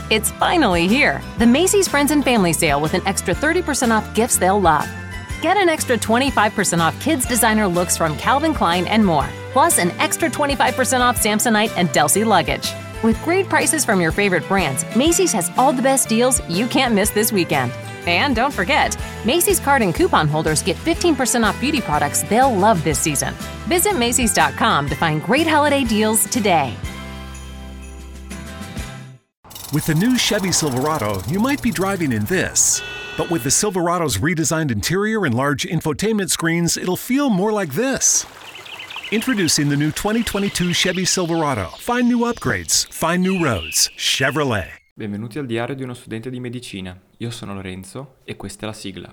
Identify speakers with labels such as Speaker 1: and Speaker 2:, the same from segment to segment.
Speaker 1: It's finally here, the Macy's Friends and Family Sale with an extra 30% off gifts they'll love. Get an extra 25% off kids' designer looks from Calvin Klein and more, plus an extra 25% off Samsonite and Delsey luggage. With great prices from your favorite brands, Macy's has all the best deals you can't miss this weekend. And don't forget, Macy's card and coupon holders get 15% off beauty products they'll love this season. Visit Macys.com to find great holiday deals today.
Speaker 2: With the new Chevy Silverado, you might be driving in this. But with the Silverado's redesigned interior and large infotainment screens, it'll feel more like this. Introducing the new 2022 Chevy Silverado. Find new upgrades, find new roads. Chevrolet.
Speaker 3: Benvenuti al diario di uno studente di medicina. Io sono Lorenzo e questa è la sigla.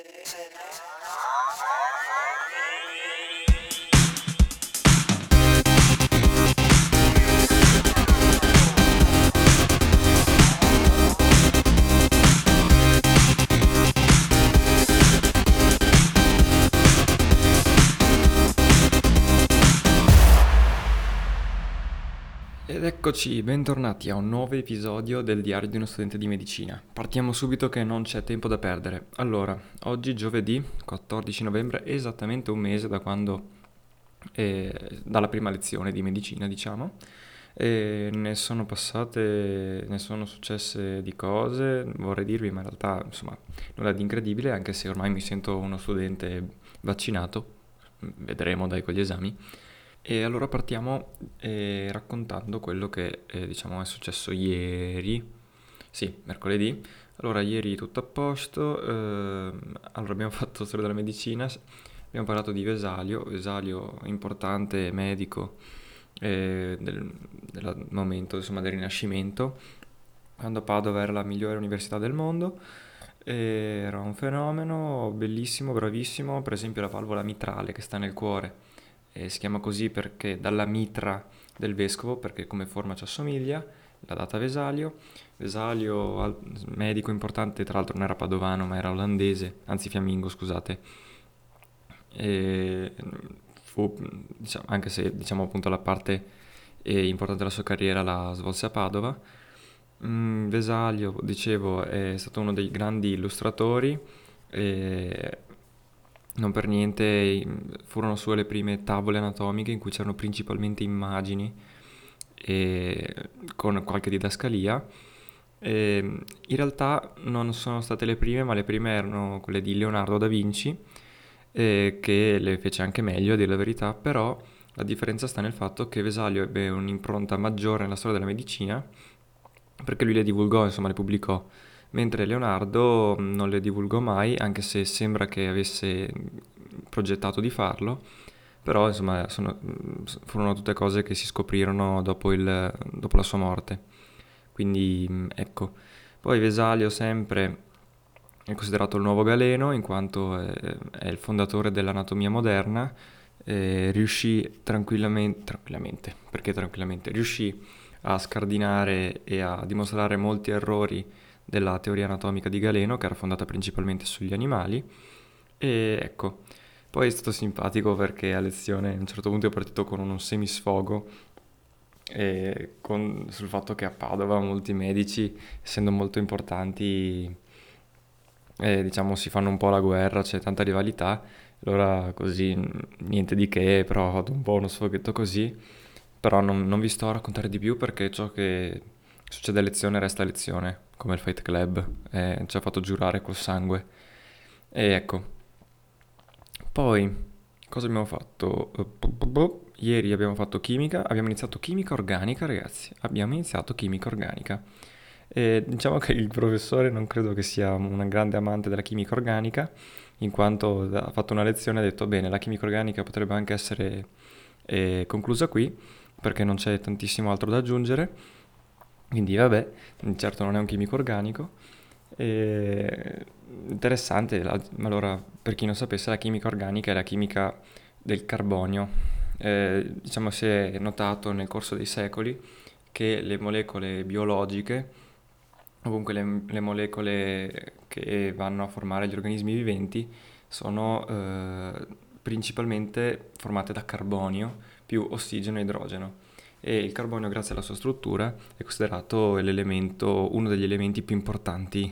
Speaker 3: Ed eccoci, bentornati a un nuovo episodio del diario di uno studente di medicina. Partiamo subito che non c'è tempo da perdere. Allora, oggi giovedì 14 novembre, esattamente un mese da quando, dalla prima lezione di medicina, diciamo. Ne sono successe di cose, vorrei dirvi, ma in realtà, insomma, nulla di incredibile, anche se ormai mi sento uno studente vaccinato, vedremo dai con gli esami. E allora partiamo raccontando quello che diciamo è successo ieri, sì, mercoledì. Allora, ieri tutto a posto, allora abbiamo fatto storia della medicina, abbiamo parlato di Vesalio importante medico del momento, insomma, del Rinascimento, quando Padova era la migliore università del mondo. Era un fenomeno bellissimo, bravissimo, per esempio la valvola mitrale che sta nel cuore. Si chiama così perché dalla mitra del vescovo, perché come forma ci assomiglia, l'ha data Vesalio, medico importante, tra l'altro non era padovano ma era olandese, anzi fiammingo, scusate, fu, diciamo, anche se diciamo appunto la parte importante della sua carriera la svolse a Padova. Vesalio, dicevo, è stato uno dei grandi illustratori, non per niente furono sue le prime tavole anatomiche in cui c'erano principalmente immagini con qualche didascalia. In realtà non sono state le prime, ma le prime erano quelle di Leonardo da Vinci, che le fece anche meglio, a dire la verità, però la differenza sta nel fatto che Vesalio ebbe un'impronta maggiore nella storia della medicina, perché lui le divulgò, insomma le pubblicò, mentre Leonardo non le divulgò mai, anche se sembra che avesse progettato di farlo, però insomma furono tutte cose che si scoprirono dopo la sua morte. Quindi ecco. Poi Vesalio sempre è considerato il nuovo Galeno, in quanto è il fondatore dell'anatomia moderna. Riuscì tranquillamente, perché tranquillamente, riuscì a scardinare e a dimostrare molti errori della teoria anatomica di Galeno, che era fondata principalmente sugli animali. E ecco, poi è stato simpatico perché a lezione a un certo punto è partito con un semisfogo sul fatto che a Padova molti medici, essendo molto importanti, diciamo si fanno un po' la guerra, c'è tanta rivalità, allora così niente di che, però ho fatto un po' uno sfoghetto così, però non vi sto a raccontare di più perché ciò che succede a lezione resta a lezione, come il Fight Club, ci ha fatto giurare col sangue. E ecco. Poi, cosa abbiamo fatto? Ieri abbiamo fatto chimica, abbiamo iniziato chimica organica, ragazzi, Diciamo che il professore non credo che sia un grande amante della chimica organica, in quanto ha fatto una lezione e ha detto, bene, la chimica organica potrebbe anche essere conclusa qui, perché non c'è tantissimo altro da aggiungere. Quindi vabbè, certo non è un chimico organico. Interessante, allora per chi non sapesse la chimica organica è la chimica del carbonio. Diciamo si è notato nel corso dei secoli che le molecole biologiche, ovunque le molecole che vanno a formare gli organismi viventi, sono principalmente formate da carbonio più ossigeno e idrogeno. e il carbonio, grazie alla sua struttura, è considerato uno degli elementi più importanti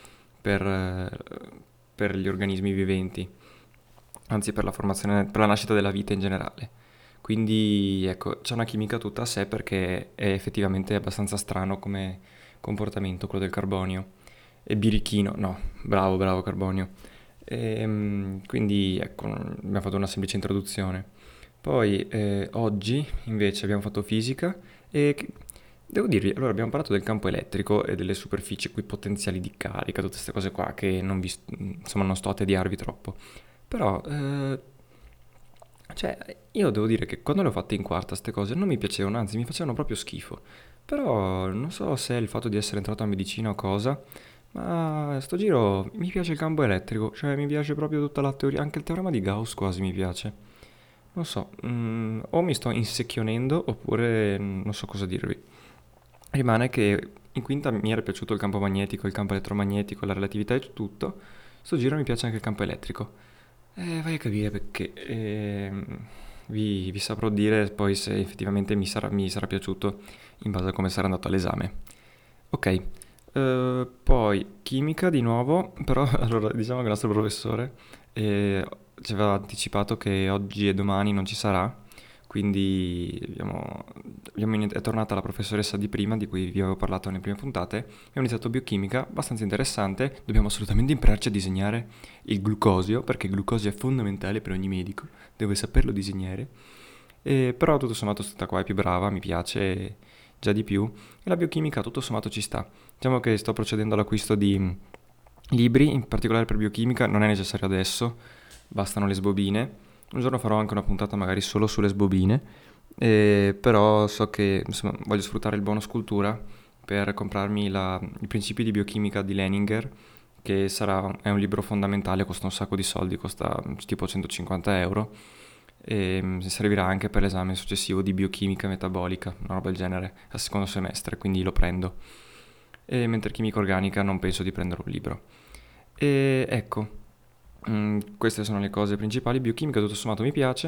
Speaker 3: per gli organismi viventi, anzi per la nascita della vita in generale. Quindi ecco, c'è una chimica tutta a sé perché è effettivamente abbastanza strano come comportamento quello del carbonio. E birichino, no, bravo carbonio. Quindi ecco, abbiamo fatto una semplice introduzione. Poi oggi invece abbiamo fatto fisica devo dirvi, allora abbiamo parlato del campo elettrico e delle superfici equipotenziali di carica, tutte queste cose qua che insomma non sto a tediarvi troppo. Però, cioè, io devo dire che quando le ho fatte in quarta queste cose non mi piacevano, anzi mi facevano proprio schifo. Però non so se è il fatto di essere entrato a medicina o cosa, ma sto giro mi piace il campo elettrico, cioè mi piace proprio tutta la teoria, anche il teorema di Gauss quasi mi piace. Non so, o mi sto insecchionendo oppure non so cosa dirvi. Rimane che in quinta mi era piaciuto il campo magnetico, il campo elettromagnetico, la relatività e tutto. Sto giro mi piace anche il campo elettrico. Vai a capire perché. Vi saprò dire poi se effettivamente mi sarà piaciuto in base a come sarà andato all'esame. Ok, poi chimica di nuovo, però allora diciamo che il nostro professore ci aveva anticipato che oggi e domani non ci sarà, quindi è tornata la professoressa di prima, di cui vi avevo parlato nelle prime puntate, abbiamo iniziato biochimica, abbastanza interessante, dobbiamo assolutamente impararci a disegnare il glucosio, perché il glucosio è fondamentale per ogni medico, deve saperlo disegnare, però tutto sommato questa qua è più brava, mi piace già di più, e la biochimica tutto sommato ci sta. Diciamo che sto procedendo all'acquisto di libri, in particolare per biochimica, non è necessario adesso, bastano le sbobine. Un giorno farò anche una puntata magari solo sulle sbobine, però so che insomma, voglio sfruttare il bonus cultura per comprarmi i principi di biochimica di Leninger, che è un libro fondamentale, costa un sacco di soldi, costa tipo 150 euro, e servirà anche per l'esame successivo di biochimica metabolica, una roba del genere, al secondo semestre, quindi lo prendo. Mentre chimica organica non penso di prendere un libro. E ecco. Queste sono le cose principali. Biochimica tutto sommato mi piace,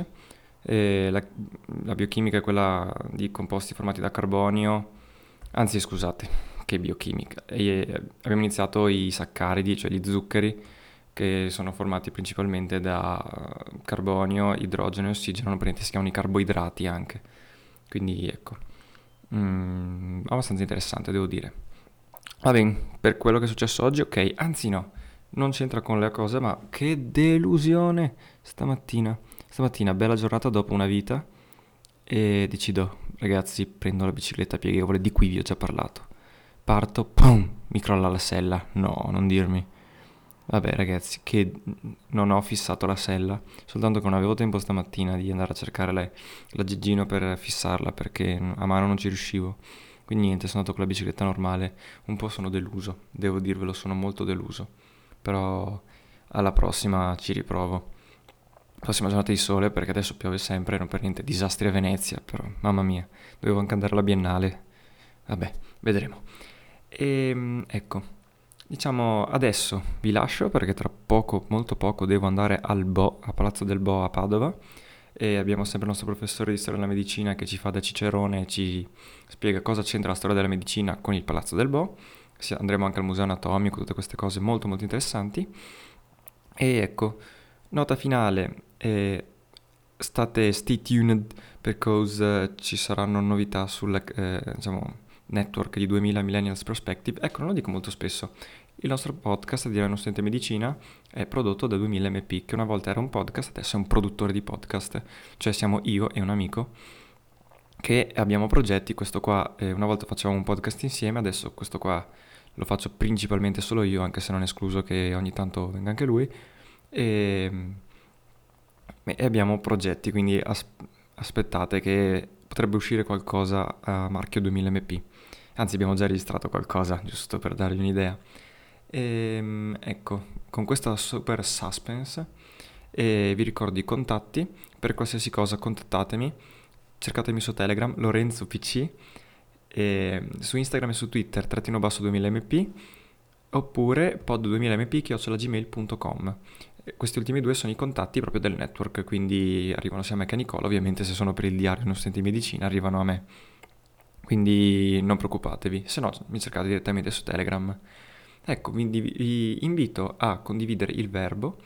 Speaker 3: la biochimica è quella di composti formati da carbonio, anzi scusate, che biochimica, abbiamo iniziato i saccaridi, cioè gli zuccheri, che sono formati principalmente da carbonio, idrogeno e ossigeno, si chiamano i carboidrati anche, quindi ecco, abbastanza interessante devo dire. Va bene, per quello che è successo oggi, ok, anzi no, non c'entra con le cose, ma che delusione stamattina, bella giornata dopo una vita, e decido, ragazzi, prendo la bicicletta pieghevole, di cui vi ho già parlato, parto, pum, mi crolla la sella, no, non dirmi. Vabbè ragazzi, che non ho fissato la sella, soltanto che non avevo tempo stamattina di andare a cercare l'aggeggino per fissarla, perché a mano non ci riuscivo. Quindi niente, sono andato con la bicicletta normale, un po' sono deluso, devo dirvelo, sono molto deluso. Però alla prossima ci riprovo. Prossima giornata di sole, perché adesso piove sempre, non per niente disastri a Venezia, però mamma mia, dovevo anche andare alla Biennale. Vabbè, vedremo. Ecco, diciamo adesso vi lascio perché tra poco, molto poco, devo andare a Palazzo del Bo a Padova, e abbiamo sempre il nostro professore di storia della medicina che ci fa da cicerone e ci spiega cosa c'entra la storia della medicina con il Palazzo del Bo. Andremo anche al museo anatomico, tutte queste cose molto molto interessanti. E ecco, nota finale, stay tuned because ci saranno novità sul network di 2000 Millennials Perspective. Ecco, non lo dico molto spesso, il nostro podcast di uno studente medicina è prodotto da 2000 MP, che una volta era un podcast, adesso è un produttore di podcast, cioè siamo io e un amico che abbiamo progetti. Questo qua, una volta facevamo un podcast insieme, adesso questo qua lo faccio principalmente solo io, anche se non è escluso che ogni tanto venga anche lui, e abbiamo progetti, quindi aspettate che potrebbe uscire qualcosa a marchio 2000 MP, anzi abbiamo già registrato qualcosa, giusto per darvi un'idea. Ecco, con questa super suspense vi ricordo i contatti, per qualsiasi cosa contattatemi, cercatemi su Telegram, Lorenzo PC, su Instagram e su Twitter _2000mp, oppure pod2000mp@gmail.com. Questi ultimi due sono i contatti proprio del network, quindi arrivano sia a me che a Nicola. Ovviamente se sono per il diario di uno studente di medicina arrivano a me. quindi non preoccupatevi, se no mi cercate direttamente su Telegram. Ecco, vi invito a condividere il verbo,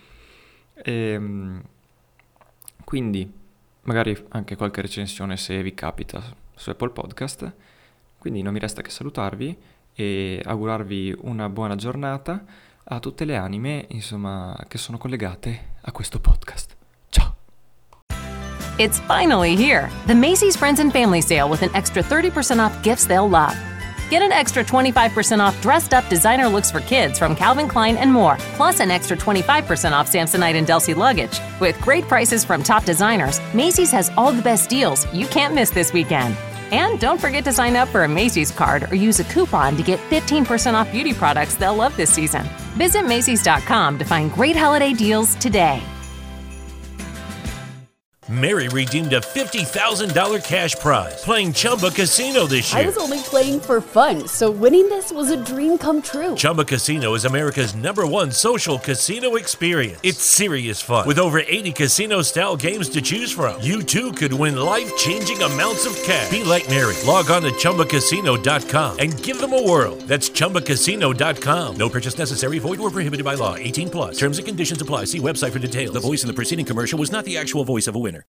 Speaker 3: quindi magari anche qualche recensione se vi capita su Apple Podcast. Quindi non mi resta che salutarvi e augurarvi una buona giornata a tutte le anime, insomma, che sono collegate a questo podcast. Ciao!
Speaker 1: It's finally here, the Macy's Friends and Family Sale with an extra 30% off gifts they'll love. Get an extra 25% off dressed-up designer looks for kids from Calvin Klein and more, plus an extra 25% off Samsonite and Delsey luggage. With great prices from top designers, Macy's has all the best deals you can't miss this weekend. And don't forget to sign up for a Macy's card or use a coupon to get 15% off beauty products they'll love this season. Visit Macys.com to find great holiday deals today.
Speaker 4: Mary redeemed a $50,000 cash prize playing Chumba Casino this year.
Speaker 5: I was only playing for fun, so winning this was a dream come true.
Speaker 4: Chumba Casino is America's #1 social casino experience. It's serious fun. With over 80 casino-style games to choose from, you too could win life-changing amounts of cash. Be like Mary. Log on to ChumbaCasino.com and give them a whirl. That's ChumbaCasino.com. No purchase necessary. Void where prohibited by law. 18+. Terms and conditions apply. See website for details. The voice in the preceding commercial was not the actual voice of a winner.